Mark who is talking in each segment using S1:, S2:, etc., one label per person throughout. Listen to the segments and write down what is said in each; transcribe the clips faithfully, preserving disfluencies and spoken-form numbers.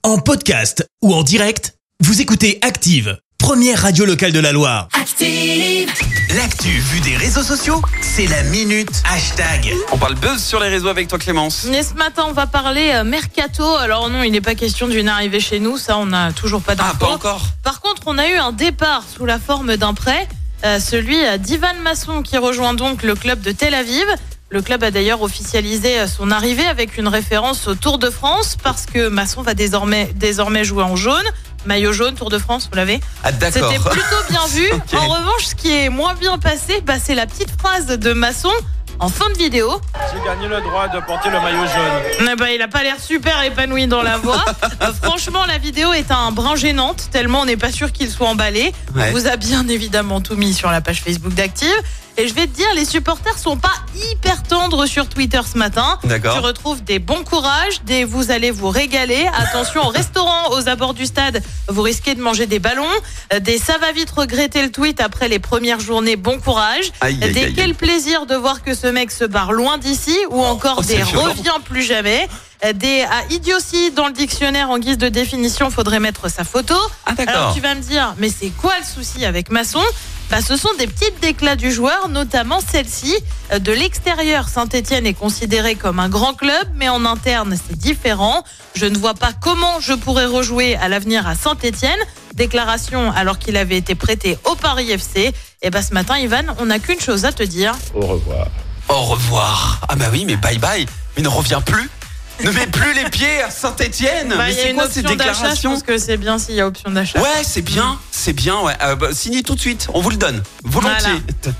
S1: En podcast ou en direct, vous écoutez Active, première radio locale de la Loire. Active! L'actu vue des réseaux sociaux, c'est la minute hashtag.
S2: On parle buzz sur les réseaux avec toi Clémence.
S3: Et ce matin, on va parler euh, mercato. Alors non, il n'est pas question d'une arrivée chez nous, ça on n'a toujours pas d'infos.
S2: Ah, pas encore.
S3: Par contre, on a eu un départ sous la forme d'un prêt, euh, celui d'Ivan Masson qui rejoint donc le club de Tel Aviv. Le club a d'ailleurs officialisé son arrivée avec une référence au Tour de France parce que Masson va désormais, désormais jouer en jaune. Maillot jaune, Tour de France, vous l'avez ?
S2: Ah d'accord.
S3: C'était plutôt bien vu.
S2: Okay.
S3: En revanche, ce qui est moins bien passé, bah, c'est la petite phrase de Masson en fin de vidéo.
S4: J'ai gagné le droit de porter le maillot jaune.
S3: Eh ben, il n'a pas l'air super épanoui dans la voix. euh, franchement, la vidéo est un brin gênante, tellement on n'est pas sûr qu'il soit emballé.
S2: Ouais.
S3: On vous a bien évidemment tout mis sur la page Facebook d'Active. Et je vais te dire, les supporters sont pas hyper tendres sur Twitter ce matin.
S2: D'accord.
S3: Tu retrouves des bons courages, des vous allez vous régaler. Attention au restaurant, aux abords du stade, vous risquez de manger des ballons. Des ça va vite regretter le tweet après les premières journées, bon courage.
S2: Aïe, aïe,
S3: Des
S2: aïe.
S3: quel plaisir de voir que ce mec se barre loin d'ici. Ou encore
S2: Oh, c'est
S3: des
S2: violent.
S3: revient plus jamais. Des à idiotie dans le dictionnaire en guise de définition, faudrait mettre sa photo.
S2: Ah d'accord.
S3: Alors tu vas me dire, mais c'est quoi le souci avec Masson ? Bah, ce sont des petites déclats du joueur, notamment celle-ci. De l'extérieur, Saint-Etienne est considéré comme un grand club, mais en interne, c'est différent. Je ne vois pas comment je pourrais rejouer à l'avenir à Saint-Etienne. Déclaration alors qu'il avait été prêté au Paris F C. Et bah, ce matin, Ivan, on n'a qu'une chose à te dire.
S4: Au revoir.
S2: Au revoir. Ah bah oui, mais bye bye. Mais ne reviens plus. Ne mets plus les pieds à Saint-Etienne.
S3: Bah,
S2: mais
S3: il y a
S2: c'est
S3: une
S2: quoi ces
S3: option d'achat, je
S2: déclarations?
S3: pense que c'est bien s'il y a option d'achat.
S2: Ouais, c'est bien, c'est bien. Ouais. Euh, bah, signez tout de suite, on vous le donne, volontiers.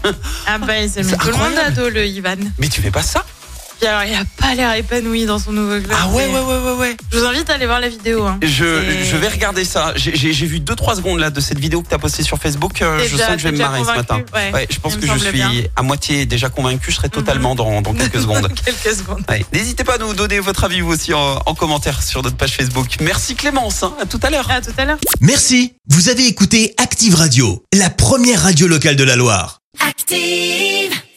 S3: Ah bah, il s'est mis
S2: C'est
S3: tout le monde
S2: incroyable.
S3: à dos, le Ivan.
S2: Mais tu fais pas ça?
S3: Puis alors, il a pas l'air épanoui dans son nouveau club.
S2: Ah ouais,
S3: Mais
S2: ouais, ouais, ouais, ouais.
S3: Je vous invite à aller voir la vidéo. Hein.
S2: Je,
S3: C'est-
S2: je vais regarder ça. J'ai, j'ai, j'ai vu deux trois secondes là de cette vidéo que tu as postée sur Facebook. Euh,
S3: T'es
S2: je
S3: déjà-
S2: sens que je vais
S3: t'es
S2: me
S3: déjà
S2: marrer ce
S3: convaincu
S2: matin.
S3: Ouais,
S2: je pense
S3: il
S2: que
S3: me
S2: je
S3: semble
S2: suis
S3: bien.
S2: à moitié déjà convaincu. Je serai totalement dans, dans quelques secondes.
S3: Quelques secondes.
S2: Ouais. N'hésitez pas à nous donner votre avis vous aussi en, en commentaire sur notre page Facebook. Merci Clémence. Hein. À tout à l'heure.
S3: À tout à l'heure.
S1: Merci, vous avez écouté Active Radio, la première radio locale de la Loire.
S5: Active.